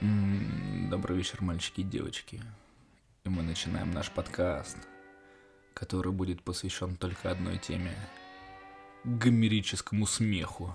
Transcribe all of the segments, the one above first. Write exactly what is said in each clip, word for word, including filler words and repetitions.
М, Добрый вечер, мальчики и девочки. И мы начинаем наш подкаст, который будет посвящен только одной теме — гомерическому смеху.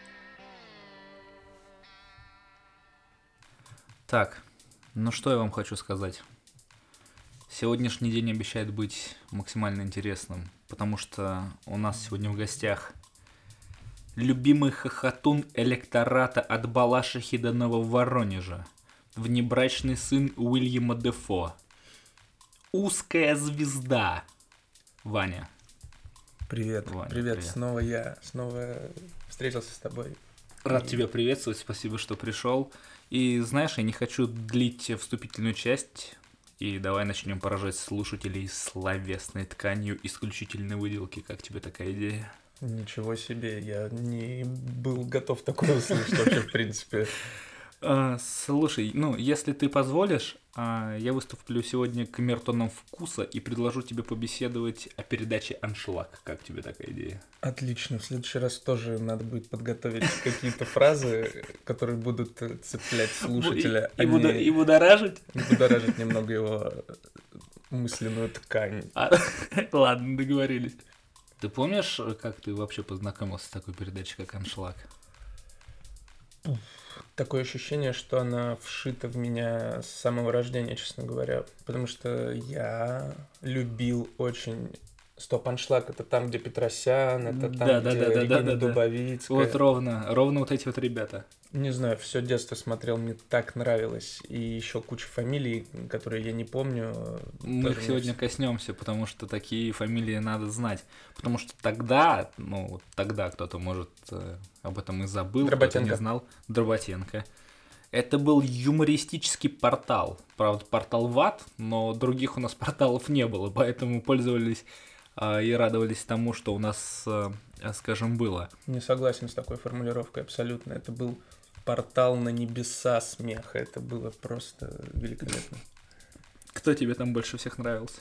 Так, ну что я вам хочу сказать. Сегодняшний день обещает быть максимально интересным, потому что у нас сегодня в гостях любимый хохотун электората от Балашихи до Нововоронежа, внебрачный сын Уильяма Дефо, узкая звезда Ваня. Привет, Ваня, привет, привет. снова я, снова встретился с тобой. Рад И- тебя приветствовать, спасибо, что пришел. И знаешь, я не хочу длить вступительную часть, и давай начнем поражать слушателей словесной тканью исключительной выделки. Как тебе такая идея? Ничего себе, я не был готов такое услышать вообще, в принципе. А, слушай, ну, если ты позволишь, а, я выступлю сегодня камертоном вкуса и предложу тебе побеседовать о передаче «Аншлаг». Как тебе такая идея? Отлично, в следующий раз тоже надо будет подготовить какие-то фразы, которые будут цеплять слушателя, И, и, а буда- не и будоражить? будоражить немного его мысленную ткань. А, ладно, договорились. Ты помнишь, как ты вообще познакомился с такой передачей, как «Аншлаг»? Такое ощущение, что она вшита в меня с самого рождения, честно говоря. Потому что я любил очень... Стоп, аншлаг — это там, где Петросян, это там, Да, да, где да, да, Регина да, да, да. Дубовицкая. Вот ровно, ровно вот эти вот ребята. Не знаю, все детство смотрел, мне так нравилось. И еще куча фамилий, которые я не помню. Мы тоже их мне сегодня вс- коснемся, потому что такие фамилии надо знать. Потому что тогда, ну, вот тогда кто-то, может, э, об этом и забыл, кто-то не Дроботенко. знал. Дроботенко. Это был юмористический портал. Правда, портал в ад, но других у нас порталов не было, поэтому пользовались а, и радовались тому, что у нас, а, скажем, было. Не согласен с такой формулировкой абсолютно. Это был портал на небеса смеха. Это было просто великолепно. Кто тебе там больше всех нравился?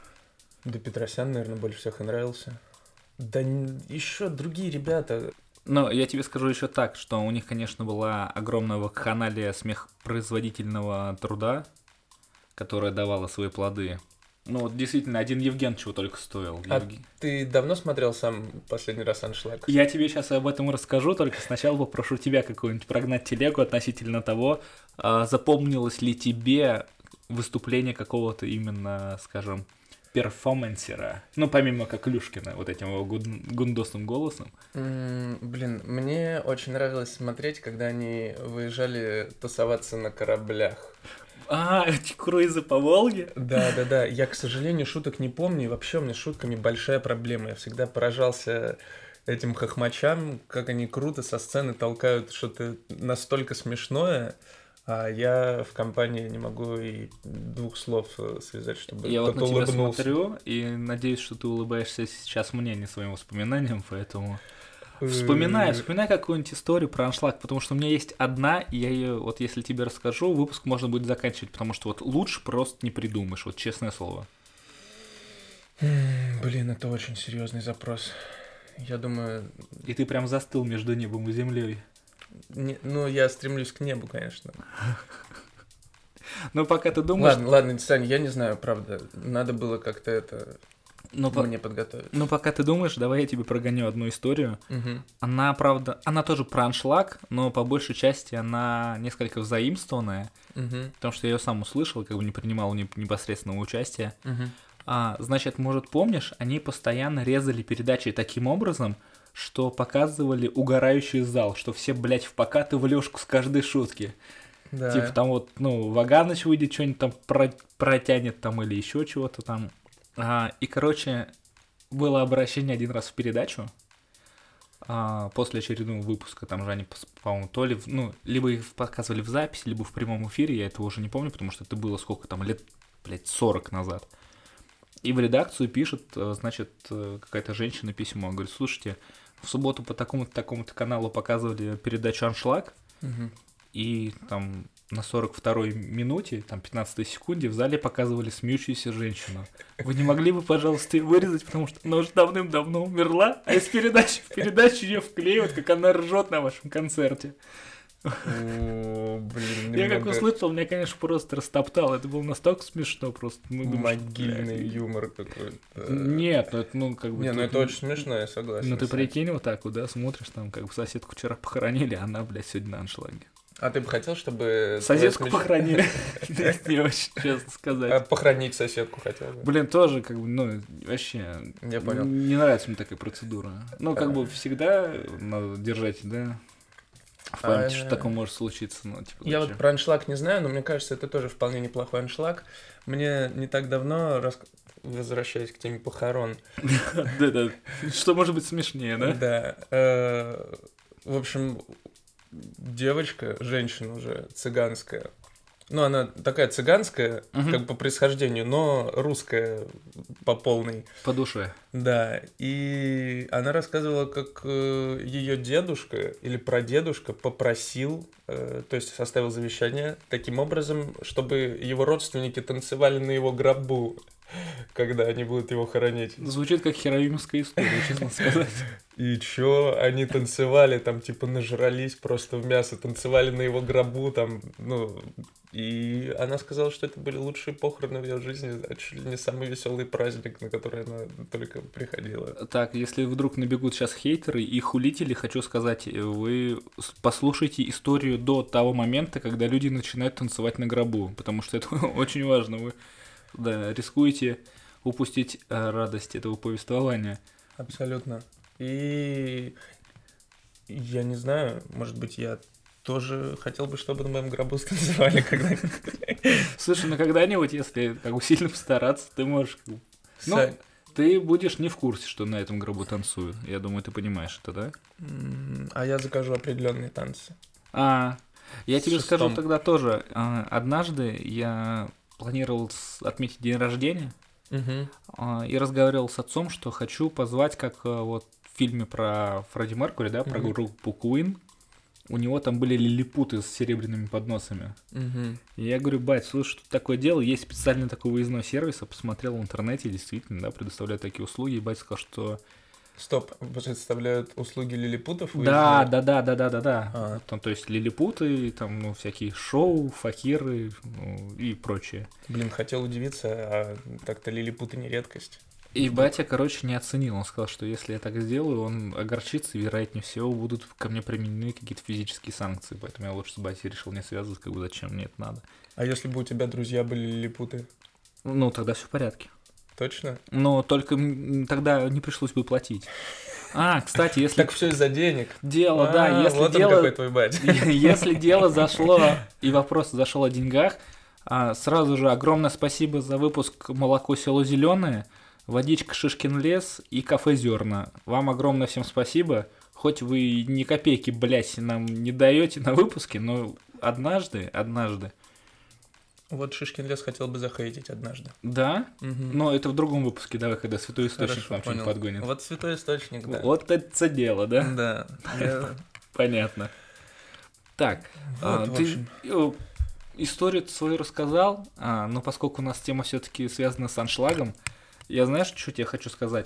Да Петросян, наверное, больше всех и нравился. Да еще другие ребята. Но я тебе скажу еще так, что у них, конечно, была огромная вакханалия смехопроизводительного труда, которая давала свои плоды. Ну, вот действительно, один Евген чего только стоил. А Евге- ты давно смотрел сам последний раз «Аншлаг»? Я тебе сейчас об этом расскажу, только сначала попрошу тебя какую-нибудь прогнать телегу относительно того, а, запомнилось ли тебе выступление какого-то именно, скажем, перформансера. Ну, помимо как Люшкина, вот этим его гун- гундосным голосом. М, Блин, мне очень нравилось смотреть, когда они выезжали тусоваться на кораблях. А, эти круизы по Волге? Да, да, да. Я, к сожалению, шуток не помню. И вообще у меня с шутками большая проблема. Я всегда поражался этим хохмачам, как они круто со сцены толкают что-то настолько смешное, а я в компании не могу и двух слов э, связать, чтобы Я вот кто-то на тебя улыбнулся. смотрю и надеюсь, что ты улыбаешься сейчас мне, не своим воспоминаниям, поэтому... Э, Вспоминай, вспоминай какую-нибудь историю про аншлаг, потому что у меня есть одна, и я ее, вот если тебе расскажу, выпуск можно будет заканчивать, потому что вот лучше просто не придумаешь, вот честное слово. м, Блин, это очень серьезный запрос. Я думаю, И ты прям застыл между небом и землей. не- ну, я стремлюсь к небу, конечно. Но пока ты думаешь... Ладно, ладно, Сань, я не знаю, правда. Надо было как-то это Ну, по- мне подготовить. ну, пока ты думаешь, давай я тебе прогоню одну историю. Мгм. Она, правда, она тоже про аншлаг, но по большей части она несколько взаимствованная, Мгм. потому что я ее сам услышал, как бы не принимал не- непосредственного участия. Мгм. А, значит, может, помнишь, они постоянно резали передачи таким образом, что показывали угорающий зал, что все, блядь, в покат и в лёжку с каждой шутки. Да. Типа там вот, ну, Ваганыч выйдет, что-нибудь там про- протянет там или еще чего-то там. А, и, короче, было обращение один раз в передачу, а, после очередного выпуска, там же они, пос- по-моему, то ли, в- ну, либо их показывали в записи, либо в прямом эфире, я этого уже не помню, потому что это было сколько там, лет, блядь, сорок назад. И в редакцию пишет, э, значит, э, какая-то женщина письмо, говорит, слушайте, в субботу по такому-то такому-то каналу показывали передачу «Аншлаг», Мгм. и там на сорок второй минуте, там пятнадцатой секунде в зале показывали смеющуюся женщину. Вы не могли бы, пожалуйста, ее вырезать, потому что она уже давным-давно умерла, а из передачи в передачу ее вклеивают, как она ржет на вашем концерте. О, блин, Я как немного услышал, меня, конечно, просто растоптал. Это было настолько смешно просто. Ну, думаешь, могильный блядь. юмор какой-то. Нет, ну это, ну, как бы... Не, ну тут- это очень смешно, я согласен. Ну ты с этим. прикинь вот так вот, да, смотришь, там, как бы соседку вчера похоронили, а она, блядь, сегодня на аншлаге. А ты бы хотел, чтобы... Соседку твоя смеш- похоронили. Не очень, честно А, сказать. похоронить соседку хотел бы. Блин, тоже, как бы, ну, вообще... Я понял. Не нравится мне такая процедура. Ну, как бы, всегда надо держать, да, в памяти, что А, такое может случиться, ну, типа, Я зачем? вот про аншлаг не знаю, но мне кажется, это тоже вполне неплохой аншлаг. Мне не так давно, рас- возвращаясь к теме похорон, Да-да, что может быть смешнее, да? да, э, в общем, девочка, женщина уже цыганская, ну, она такая цыганская, Мгм. как бы по происхождению, но русская по полной. По душе. Да, и она рассказывала, как ее дедушка или прадедушка попросил, э, то есть составил завещание таким образом, чтобы его родственники танцевали на его гробу, когда они будут его хоронить. Звучит как хероимская история, честно сказать. И чё, они танцевали, там, типа, нажрались просто в мясо, танцевали на его гробу, там, ну, и она сказала, что это были лучшие похороны в ее жизни, а чуть ли не самый веселый праздник, на который она только приходила. Так, если вдруг набегут сейчас хейтеры и хулители, хочу сказать, вы с- послушайте историю до того момента, когда люди начинают танцевать на гробу, потому что это очень важно. Вы, да, рискуете упустить э, радость этого повествования. Абсолютно. И я не знаю, может быть, я тоже хотел бы, чтобы на моем гробу станцевали когда-нибудь. Слушай, ну когда-нибудь, если как бы сильно постараться, ты можешь... как бы- Ну, Сань, ты будешь не в курсе, что на этом гробу танцуют. Я думаю, ты понимаешь это, да? м, а я закажу определенные танцы. А, я тебе Шестом. скажу тогда тоже. а, Однажды я планировал с- отметить день рождения Мгм. а, и разговаривал с отцом, что хочу позвать, как а, вот в фильме про Фредди Меркьюри, да, про Мгм. группу Queen. У него там были лилипуты с серебряными подносами. Мгм. И я говорю, бать, слушай, тут такое дело, есть специальный такой выездной сервис, я посмотрел в интернете, действительно, да, предоставляют такие услуги, и бать сказал, что... Стоп, представляют услуги лилипутов? Да, выездные? да, да, да, да, да, да. А. Там, то есть лилипуты, там, ну, всякие шоу, факиры, ну, и прочее. Блин, хотел удивиться, а так-то лилипуты не редкость. И батя, короче, не оценил. Он сказал, что если я так сделаю, он огорчится, и, вероятнее всего, будут ко мне применены какие-то физические санкции. Поэтому я лучше с батей решил не связываться, как бы зачем мне это надо. А если бы у тебя друзья были лилипуты? Ну, тогда все в порядке. Точно? Но только м, тогда не пришлось бы платить. А, кстати, если Так все из-за денег. дело, А, да, если вот он дело... какой твой батя. Если дело зашло, и вопрос зашел о деньгах, а, сразу же огромное спасибо за выпуск «Молоко село зеленое», «Водичка Шишкин лес» и «Кафе Зерна». Вам огромное всем спасибо. Хоть вы ни копейки, блядь, нам не даете на выпуске, но однажды, однажды, Вот Шишкин лес хотел бы захейтить однажды. да, Мгм. но это в другом выпуске, давай, когда Святой Источник Хорошо, вам что-нибудь понял. подгонит. Вот святой источник, да. Вот это дело, да? Да. Я- Понятно. Так, а, Вот, в ты общем. э, историю свою рассказал, а, но поскольку у нас тема все-таки связана с аншлагом, я знаешь, что тебе хочу сказать?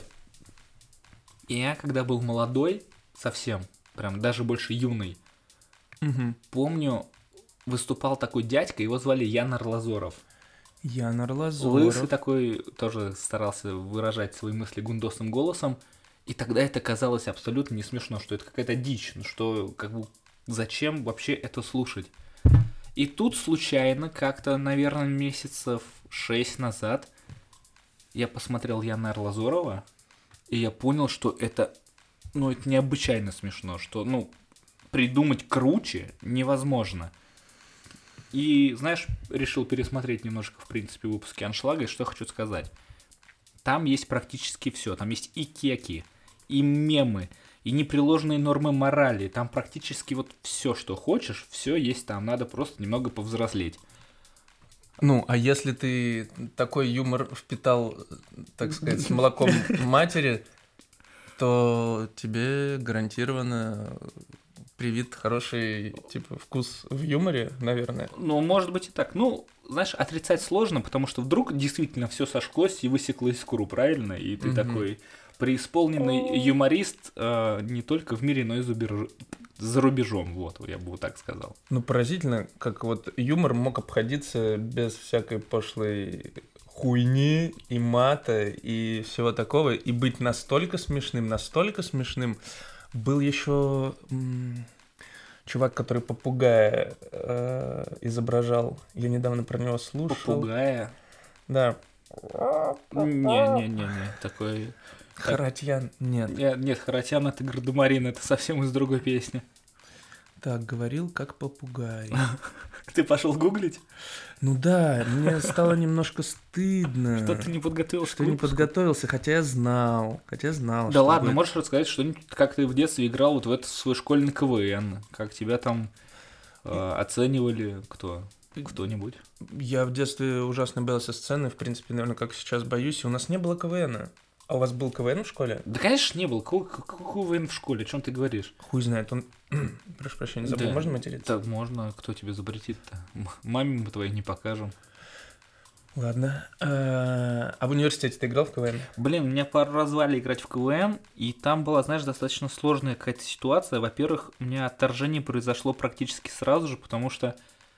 Я, когда был молодой, совсем, прям даже больше юный, Мгм. помню, выступал такой дядька, его звали Ян Арлазоров. Ян Арлазоров. Лысый такой, тоже старался выражать свои мысли гундосным голосом, и тогда это казалось абсолютно не смешно, что это какая-то дичь, ну что, как бы, зачем вообще это слушать? И тут случайно, как-то, наверное, месяцев шесть назад, я посмотрел Яна Арлазорова, и я понял, что это, ну, это необычайно смешно, что, ну, придумать круче невозможно. И, знаешь, решил пересмотреть немножко, в принципе, выпуски аншлага, и что хочу сказать. Там есть практически все. Там есть и кеки, и мемы, и непреложные нормы морали. Там практически вот все, что хочешь, все есть там. Надо просто немного повзрослеть. Ну, а если ты такой юмор впитал, так сказать, с молоком матери, то тебе гарантированно привит хороший, типа, вкус в юморе, наверное. Ну, может быть и так. Ну, знаешь, отрицать сложно, потому что вдруг действительно все сошлось и высекло искру, правильно? И ты Мгм. такой преисполненный юморист э, не только в мире, но и за, берж- за рубежом, вот, я бы вот так сказал. Ну, поразительно, как вот юмор мог обходиться без всякой пошлой хуйни и мата и всего такого, и быть настолько смешным, настолько смешным. Был еще м- чувак, который попугая э- изображал. Я недавно про него слушал. Попугая? Да. Не-не-не-не, такой... Харатьян, нет. Нет, нет, Харатьян — это Гардемарин, это совсем из другой песни. Так, говорил как попугай. Ты пошел гуглить? Ну да, мне стало немножко стыдно. Что ты не подготовился? Что не подготовился, хотя я знал, хотя я знал. Да ладно, будет. Можешь рассказать что-нибудь, как ты в детстве играл вот в этот свой школьный КВН, как тебя там э, оценивали, кто? Кто-нибудь? Я в детстве ужасно боялся сцены, в принципе, наверное, как сейчас боюсь, и у нас не было КВНа. А у вас был КВН в школе? Да, конечно, не было. Какой КВН в школе? О чем ты говоришь? Хуй знает, он... Прошу прощения, забыл, да, можно материться? Да, можно. Кто тебе запретит-то? Маме мы твоей не покажем. Ладно. А в университете ты играл в КВН? Блин, меня пару раз звали играть в КВН, и там была, знаешь, достаточно сложная какая-то ситуация. Во-первых, у меня отторжение произошло практически сразу же, потому что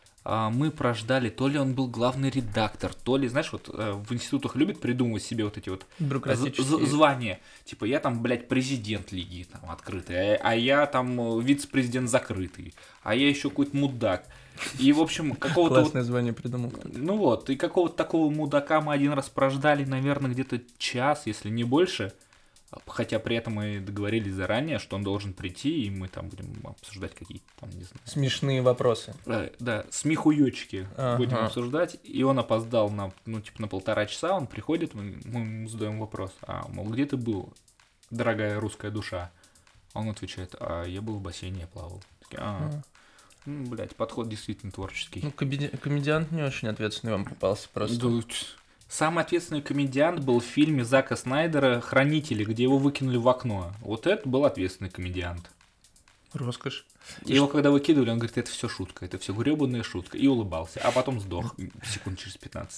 мы прождали, то ли он был главный редактор, то ли, знаешь, вот в институтах любят придумывать себе вот эти вот бюрократические звания. Типа, я там, блядь, президент лиги там открытый, а, а я там вице-президент закрытый, а я еще какой-то мудак. И, в общем, какого-то... Классное вот, звание придумал. Ну вот, и какого-то такого мудака мы один раз прождали, наверное, где-то час, если не больше. Хотя при этом мы договорились заранее, что он должен прийти, и мы там будем обсуждать какие-то там, не знаю... Смешные вопросы. Да, да, смехуёчки ага. будем обсуждать. И он опоздал на, ну, типа, на полтора часа, он приходит, мы, мы ему задаем вопрос. А, мол, где ты был, дорогая русская душа? Он отвечает, а я был в бассейне, я плавал. Такие, а, ага. ну, блядь, подход действительно творческий. Ну, комеди... комедиант не очень ответственный вам попался просто. Да, самый ответственный комедиант был в фильме Зака Снайдера «Хранители», где его выкинули в окно. Вот это был ответственный комедиант. Роскошь. И его когда выкидывали, он говорит, это все шутка, это все гребаная шутка. И улыбался, а потом сдох секунд через пятнадцать.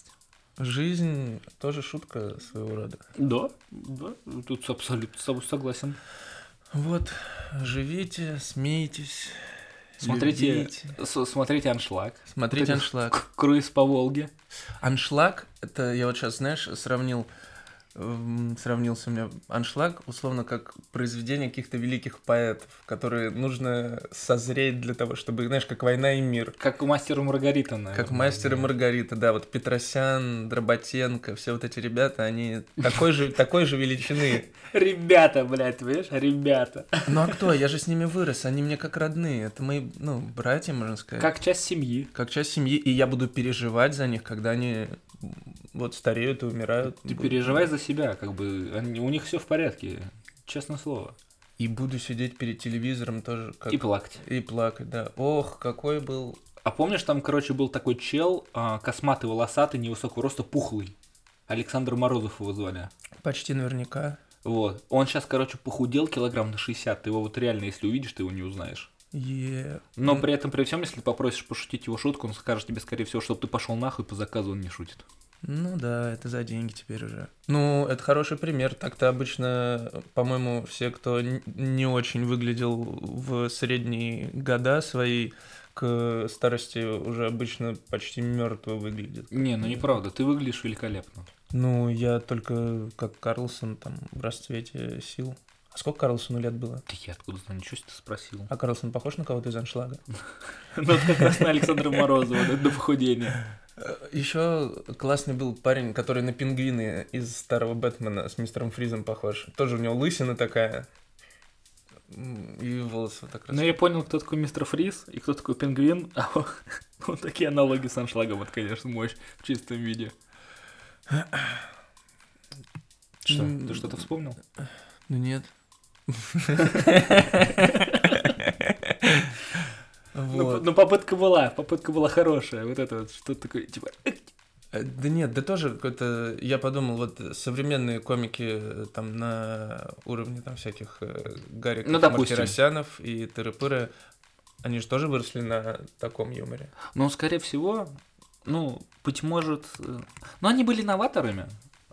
Жизнь тоже шутка своего рода. Да, да, тут абсолютно с тобой согласен. Вот, живите, смейтесь. Смотрите, с- смотрите «Аншлаг». Смотрите «Аншлаг». Круиз по Волге. «Аншлаг» — это я вот сейчас, знаешь, сравнил, сравнился у меня «Аншлаг» условно как произведение каких-то великих поэтов, которые нужно созреть для того, чтобы, знаешь, как «Война и мир». Как «Мастер и Маргарита», наверное. Как «Мастер и Маргарита», да, вот Петросян, Дроботенко, все вот эти ребята, они такой же, такой же величины. Ребята, блядь, понимаешь, ребята. Ну а кто? Я же с ними вырос, они мне как родные, это мои, ну, братья, можно сказать. Как часть семьи. Как часть семьи, и я буду переживать за них, когда они вот стареют и умирают. Ты буду... переживай за себя, как бы, они, у них все в порядке, честное слово. И буду сидеть перед телевизором тоже. Как... И плакать. И плакать, да. Ох, какой был... А помнишь, там, короче, был такой чел, косматый, волосатый, невысокого роста, пухлый. Александр Морозов его звали. Почти наверняка. Вот. Он сейчас, короче, похудел килограмм на шестьдесят. Ты его вот реально, если увидишь, ты его не узнаешь. Yeah. Но при этом, при всем, если ты попросишь пошутить его шутку, он скажет тебе, скорее всего, чтобы ты пошел нахуй, по заказу он не шутит. Ну да, это за деньги теперь уже. Ну, это хороший пример. Так-то обычно, по-моему, все, кто не очень выглядел в средние года свои, к старости уже обычно почти мертво выглядят. Не, ну неправда, ты выглядишь великолепно. Ну, я только как Карлсон, там, в расцвете сил. А сколько Карлсону лет было? Ты я откуда знаю, ничего себе ты спросил. А Карлсон похож на кого-то из «Аншлага»? Ну, это как раз на Александра Морозова, до похудения. Еще классный был парень, который на пингвина из старого Бэтмена с мистером Фризом похож. Тоже у него лысина такая. И волосы вот так раз. Ну, я понял, кто такой мистер Фриз и кто такой пингвин. А вот такие аналоги с «Аншлагом», это, конечно, мощь в чистом виде. Что, ты что-то вспомнил? Ну нет. Ну, ну, попытка была, попытка была хорошая. Вот это вот, что-то такое, типа... Да нет, да тоже какой-то... Я подумал, вот современные комики там на уровне там всяких Гариков, ну, Мартиросянов и Тыры-Пыры, они же тоже выросли на таком юморе. Ну, скорее всего, ну, быть может... Ну, они были новаторами.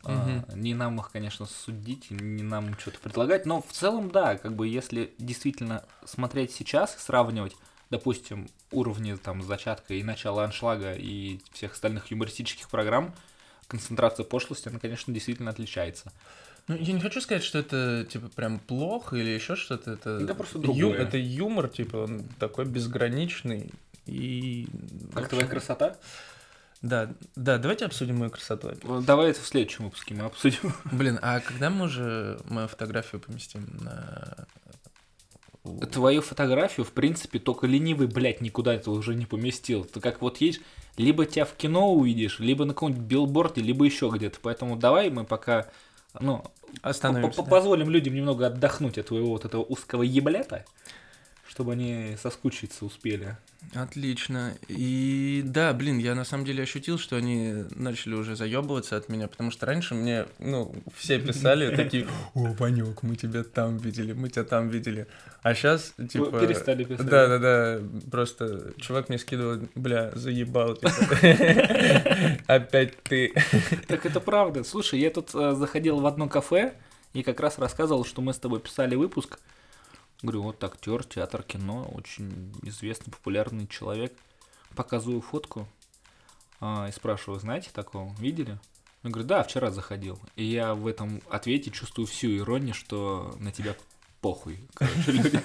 А, не нам их, конечно, судить, не нам что-то предлагать, но в целом, да, как бы если действительно смотреть сейчас и сравнивать, допустим, уровни там зачатка и начала аншлага и всех остальных юмористических программ, концентрация пошлости, она, конечно, действительно отличается. Ну, я не хочу сказать, что это, типа, прям плохо или еще что-то. Это, Это просто ю- другое. это юмор, типа, он такой безграничный и... Как твоя красота? Да, да, давайте обсудим мою красоту. Давай это в следующем выпуске мы обсудим. Блин, а когда мы уже мою фотографию поместим на... Твою фотографию, в принципе, только ленивый, блядь, никуда этого уже не поместил. Ты как вот есть, либо тебя в кино увидишь, либо на каком-нибудь билборде, либо еще где-то. Поэтому давай мы пока, ну, Остановимся, да. позволим людям немного отдохнуть от твоего вот этого узкого еблета, чтобы они соскучиться успели. Отлично. И да, блин, я на самом деле ощутил, что они начали уже заебываться от меня, потому что раньше мне, ну, все писали такие: «О, Ванёк, мы тебя там видели, мы тебя там видели». А сейчас, типа... Перестали писать. Да-да-да, просто чувак мне скидывал: бля, заебал, типа. Опять ты. Так это правда. Слушай, я тут заходил в одно кафе и как раз рассказывал, что мы с тобой писали выпуск. Говорю, вот актер, театр, кино, очень известный, популярный человек. Показываю фотку а, и спрашиваю, знаете такого, видели? Я говорю, да, вчера заходил. И я в этом ответе чувствую всю иронию, что на тебя похуй, короче, люди.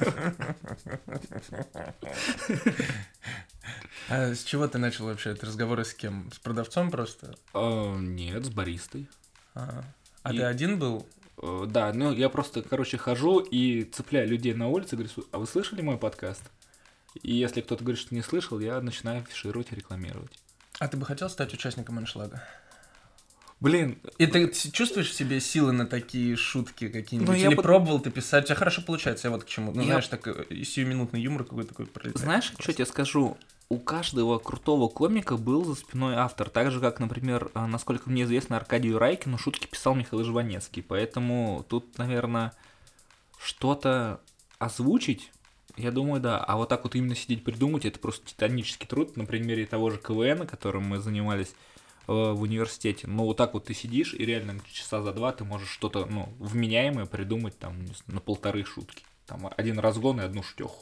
А с чего ты начал вообще? Это разговоры с кем? С продавцом просто? А, нет, с баристой. А, а И- ты один был? Э, Да, ну я просто, короче, хожу и цепляю людей на улице, говорю, «Слу- а вы слышали мой подкаст? И если кто-то говорит, что не слышал, я начинаю афишировать и рекламировать. А ты бы хотел стать участником аншлага? Блин, И ты с- чувствуешь в себе силы на такие шутки какие-нибудь? Ну, я Или под- пробовал ты писать? У тебя хорошо получается, я вот к чему. Ну, Я- знаешь, так э, сиюминутный юмор какой-то такой пролетает. знаешь, просто. что тебе скажу? У каждого крутого комика был за спиной автор. Так же, как, например, а, насколько мне известно, Аркадию Райкину шутки писал Михаил Жванецкий. Поэтому тут, наверное, что-то озвучить, я думаю, да. А вот так вот именно сидеть придумать, это просто титанический труд. На примере того же КВН, которым мы занимались э, в университете. Но вот так вот ты сидишь, и реально часа за два ты можешь что-то, ну, вменяемое придумать там не знаю, на полторы шутки. Там один разгон и одну шутеху.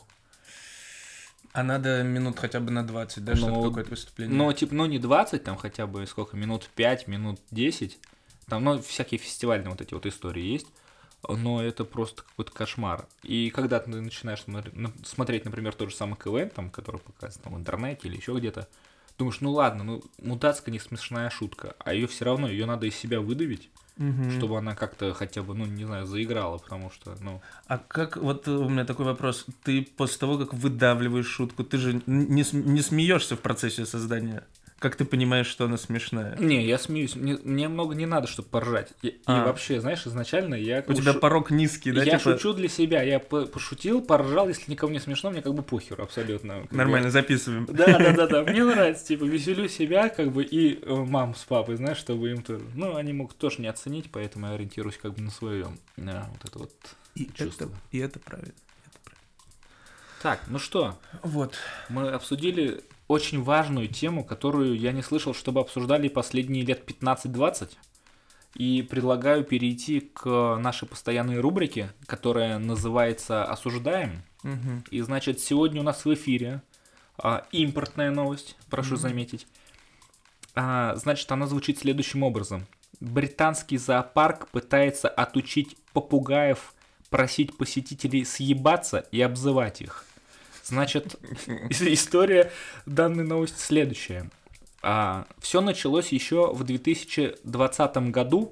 А надо минут хотя бы на двадцать, да, чтобы Ну, какое-то выступление? Ну, типа, ну не двадцать, там хотя бы сколько, минут пять, минут десять. Там, ну, всякие фестивальные вот эти вот истории есть. Но это просто какой-то кошмар. И когда ты начинаешь смотри- на- смотреть, например, тот же самый КВН, там, который показывают там, в интернете или еще где-то, думаешь, ну ладно, ну мудацкая не смешная шутка, а ее все равно, ее надо из себя выдавить, Мгм. чтобы она как-то хотя бы, ну, не знаю, заиграла, потому что, ну... А как, вот у меня такой вопрос. Ты после того, как выдавливаешь шутку, ты же н- не, см- не смеешься в процессе создания? Как ты понимаешь, что она смешная? Не, я смеюсь, мне, мне много не надо, чтобы поржать. И, и А. вообще, знаешь, изначально я... У тебя порог низкий, да? Я типа... шучу для себя, я по- пошутил, поржал, если никому не смешно, мне как бы похер абсолютно. Как бы. Нормально, записываем. Да, да, да, да. Мне нравится, типа, веселю себя, как бы, и э, мам с папой, знаешь, чтобы им тоже. Ну, они могут тоже не оценить, поэтому я ориентируюсь как бы на своем. Да, вот это вот И чувство. это, и это правильно. это правильно. Так, ну что, Вот. мы обсудили очень важную тему, которую я не слышал, чтобы обсуждали последние лет пятнадцать-двадцать. И предлагаю перейти к нашей постоянной рубрике, которая называется «Осуждаем». Мгм. И, значит, сегодня у нас в эфире а, импортная новость, прошу Мгм. заметить. А, значит, она звучит следующим образом. Британский зоопарк пытается отучить попугаев просить посетителей съебаться и обзывать их. Значит, история данной новости следующая. Все началось еще в две тысячи двадцатом году.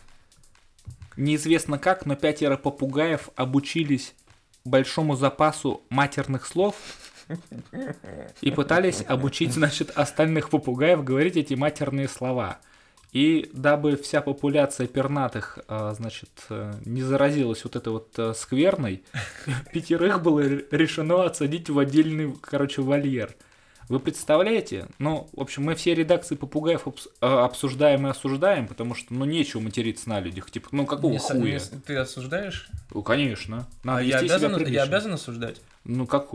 Неизвестно как, но пятеро попугаев обучились большому запасу матерных слов и пытались обучить, значит, остальных попугаев говорить эти матерные слова. И дабы вся популяция пернатых, а, значит, э, не заразилась вот этой вот э, скверной, пятерых было р- решено отсадить в отдельный, короче, вольер. Вы представляете? Ну, в общем, мы все редакции попугаев обс- э, обсуждаем и осуждаем, потому что, ну, нечего материться на людях. Типа, ну, какого Не с- хуя? не с- Ты осуждаешь? Ну, конечно. Надо А я вести себя обязан, я прилично. обязан осуждать? Ну, как хочешь.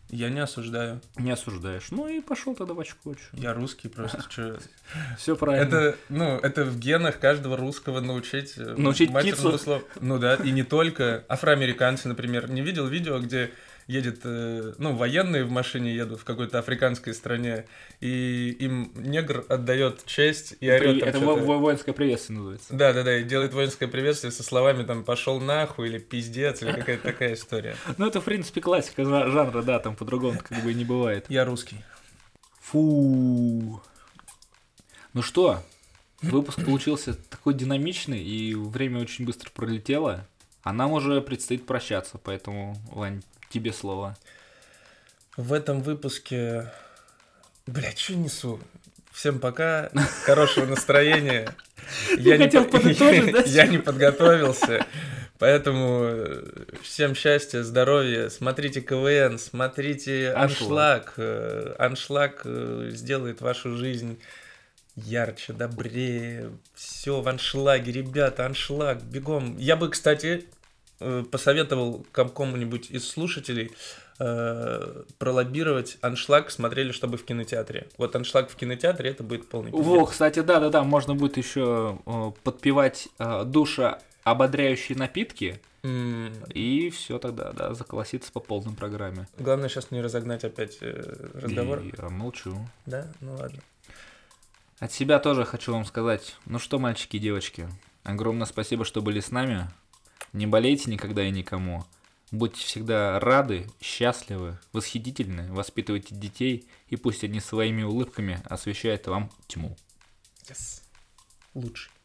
Я не осуждаю. Не осуждаешь. Ну и пошел тогда в очко. чё. Я русский просто. Чё... Все правильно. Это, ну, это в генах каждого русского научить... э, Научить матерному птицу. слов- Ну да, и не только. Афроамериканцы, например. Не видел видео, где едет, э, ну, военные в машине едут в какой-то африканской стране, и им негр отдает честь и орет При- там Это что-то. во- во- воинское приветствие называется. Да, да, да, и делает воинское приветствие со словами там пошел нахуй или пиздец, или какая-то такая история. Ну это, в принципе, классика жа- жанра, да, там по-другому как бы и не бывает. Я русский. Фу. Ну что, выпуск получился такой динамичный, и время очень быстро пролетело, а нам уже предстоит прощаться, поэтому, Вань, тебе слово. В этом выпуске... Блядь, что несу? Всем пока, хорошего настроения. Я не хотел по- подытожить, да? Я не подготовился, поэтому э, всем счастья, здоровья, смотрите КВН, смотрите Аншлаг. Аншлаг. Э, Аншлаг э, сделает вашу жизнь ярче, добрее. Все в аншлаге, ребята, аншлаг, бегом. Я бы, кстати, э, посоветовал кому-нибудь из слушателей э, пролоббировать аншлаг, смотрели, чтобы в кинотеатре. Вот аншлаг в кинотеатре, это будет полный пиздец. Во, кстати, да-да-да, можно будет еще э, подпевать э, душа ободряющие напитки, М, и все тогда, да, заколоситься по полной программе. Главное сейчас не разогнать опять э, разговор. И я молчу. Да? Ну ладно. От себя тоже хочу вам сказать, ну что, мальчики и девочки, огромное спасибо, что были с нами. Не болейте никогда и никому. Будьте всегда рады, счастливы, восхитительны, воспитывайте детей, и пусть они своими улыбками освещают вам тьму. Yes. Лучший.